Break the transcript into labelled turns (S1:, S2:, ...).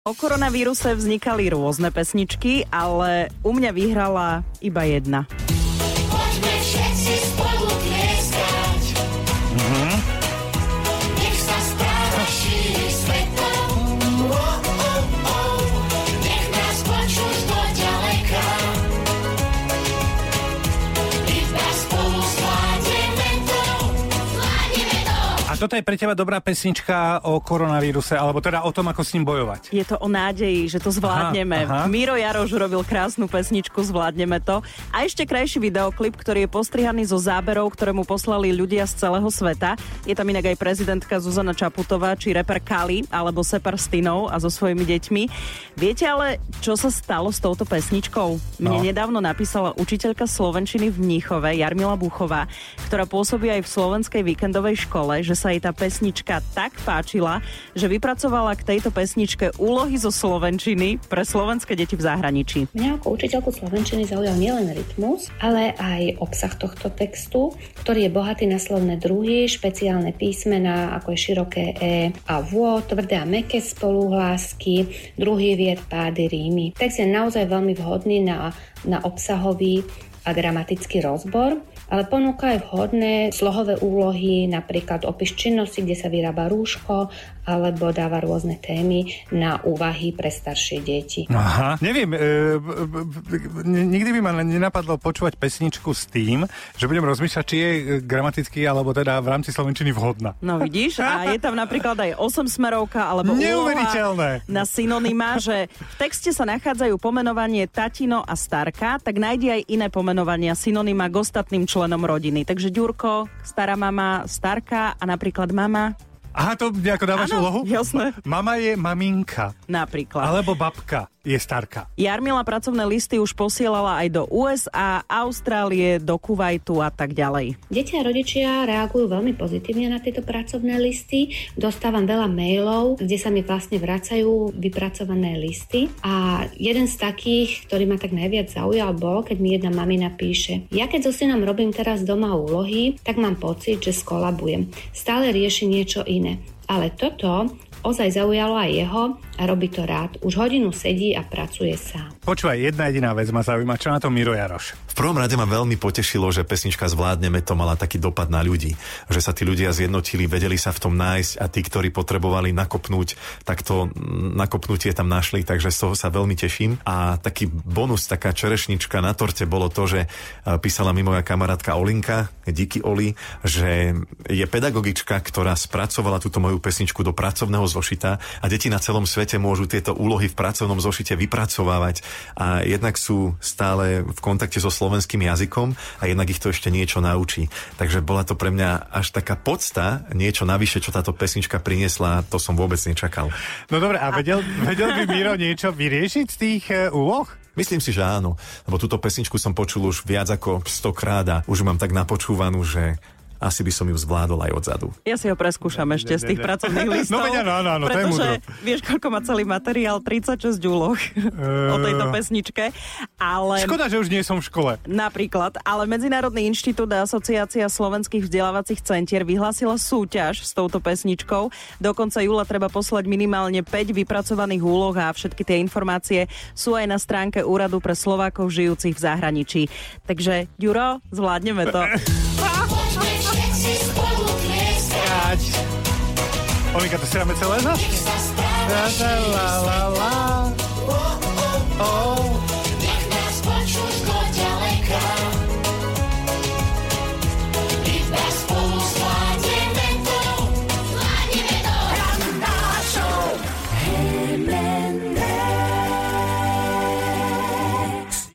S1: O koronavíruse vznikali rôzne pesničky, ale u mňa vyhrala iba jedna.
S2: Poďme všetci spolu tlieskať. Nech sa správa šíri svetom. Nech nás počuť do ďaleka. Iba spolu zvládneme to. Zvládneme to.
S3: A toto je pre teba dobrá pesnička o koronavíruse, alebo teda o tom, ako s ním bojovať.
S1: Je to o nádeji, že to zvládneme.
S3: Aha.
S1: Miro Jaroš robil krásnu pesničku Zvládneme to. A ešte krajší videoklip, ktorý je postrihaný zo záberov, ktoré mu poslali ľudia z celého sveta. Je tam inak aj prezidentka Zuzana Čaputová, či rapper Kali, alebo Separ s Tinou a so svojimi deťmi. Viete ale, čo sa stalo s touto pesničkou? Mne nedávno napísala učiteľka slovenčiny v Mníchove, Jarmila Buchová, ktorá pôsobí aj v slovenskej víkendovej škole, že sa jej tá pesnička tak páčila, že vypracovala k tejto pesničke úlohy zo slovenčiny pre slovenské deti v zahraničí.
S4: Mňa ako učiteľku slovenčiny zaujal nielen rytmus, ale aj obsah tohto textu, ktorý je bohatý na slovné druhy, špeciálne písmená, ako je široké E a vo, tvrdé a mäkké spoluhlásky, druhý vied, pády, rímy. Text je naozaj veľmi vhodný na obsahový a gramatický rozbor, ale ponúka aj vhodné slohové úlohy, napríklad opis činnosti, kde sa vyrába rúško, alebo dáva rôzne témy na úvahy pre staršie deti.
S3: Aha, neviem, nikdy by ma nenapadlo počúvať pesničku s tým, že budem rozmýšľať, či je gramaticky, alebo teda v rámci slovenčiny vhodná.
S1: No vidíš, a je tam napríklad aj 8-smerovka, alebo úloha na synonymá, že v texte sa nachádzajú pomenovanie tatino a starka, tak nájdi aj iné pomenovania synonyma k ostatným členom rodiny. Takže Ďurko, stará mama, starka a napríklad mama.
S3: Aha, to nejako dávaš úlohu?
S1: Jasné.
S3: Mama je maminka.
S1: Napríklad.
S3: Alebo babka je starka.
S1: Jarmila pracovné listy už posielala aj do USA, Austrálie, do Kuvajtu a tak ďalej.
S4: Deti a rodičia reagujú veľmi pozitívne na tieto pracovné listy. Dostávam veľa mailov, kde sa mi vlastne vracajú vypracované listy. A jeden z takých, ktorý ma tak najviac zaujal, bol, keď mi jedna mamina píše: ja keď so synom robím teraz doma úlohy, tak mám pocit, že skolabujem. Stále rieši niečo iné. Ale toto ozaj zaujalo aj jeho a robí to rád. Už hodinu sedí a pracuje sám.
S3: Počúvaj, jedna jediná vec ma zaujíma. Čo na to Miro Jaroš?
S5: V prvom rade ma veľmi potešilo, že pesnička Zvládneme to mala taký dopad na ľudí. Že sa tí ľudia zjednotili, vedeli sa v tom nájsť a tí, ktorí potrebovali nakopnúť, tak to nakopnutie tam našli, takže z toho sa veľmi teším. A taký bonus, taká čerešnička na torte bolo to, že písala mi moja kamarátka Olinka, díky Oli, že je pedagogička, ktorá spracovala túto moju pesničku do pracovného zošita a deti na celom svete môžu tieto úlohy v pracovnom zošite vypracovávať a jednak sú stále v kontakte so slovenským jazykom a jednak ich to ešte niečo naučí. Takže bola to pre mňa až taká podsta, niečo navyše, čo táto pesnička priniesla, to som vôbec nečakal.
S3: No dobre, a vedel by Miro niečo vyriešiť z tých úloh?
S5: Myslím si, že áno, lebo túto pesničku som počul už viac ako 100 krát a už mám tak napočúvanú, že asi by som ju zvládol aj odzadu.
S1: Ja si ho preskúšam ešte z tých pracovných listov.
S3: No veď áno, to je múdro.
S1: Pretože vieš, koľko má celý materiál? 36 úloh o tejto pesničke. Ale
S3: škoda, že už nie som v škole.
S1: Napríklad, ale Medzinárodný inštitút a asociácia slovenských vzdelávacích centier vyhlásila súťaž s touto pesničkou. Do konca júla treba poslať minimálne 5 vypracovaných úloh a všetky tie informácie sú aj na stránke Úradu pre Slovákov žijúcich v zahraničí. Takže, Ďuro, zvládneme to.
S3: Olinka, to si dáme celé zas?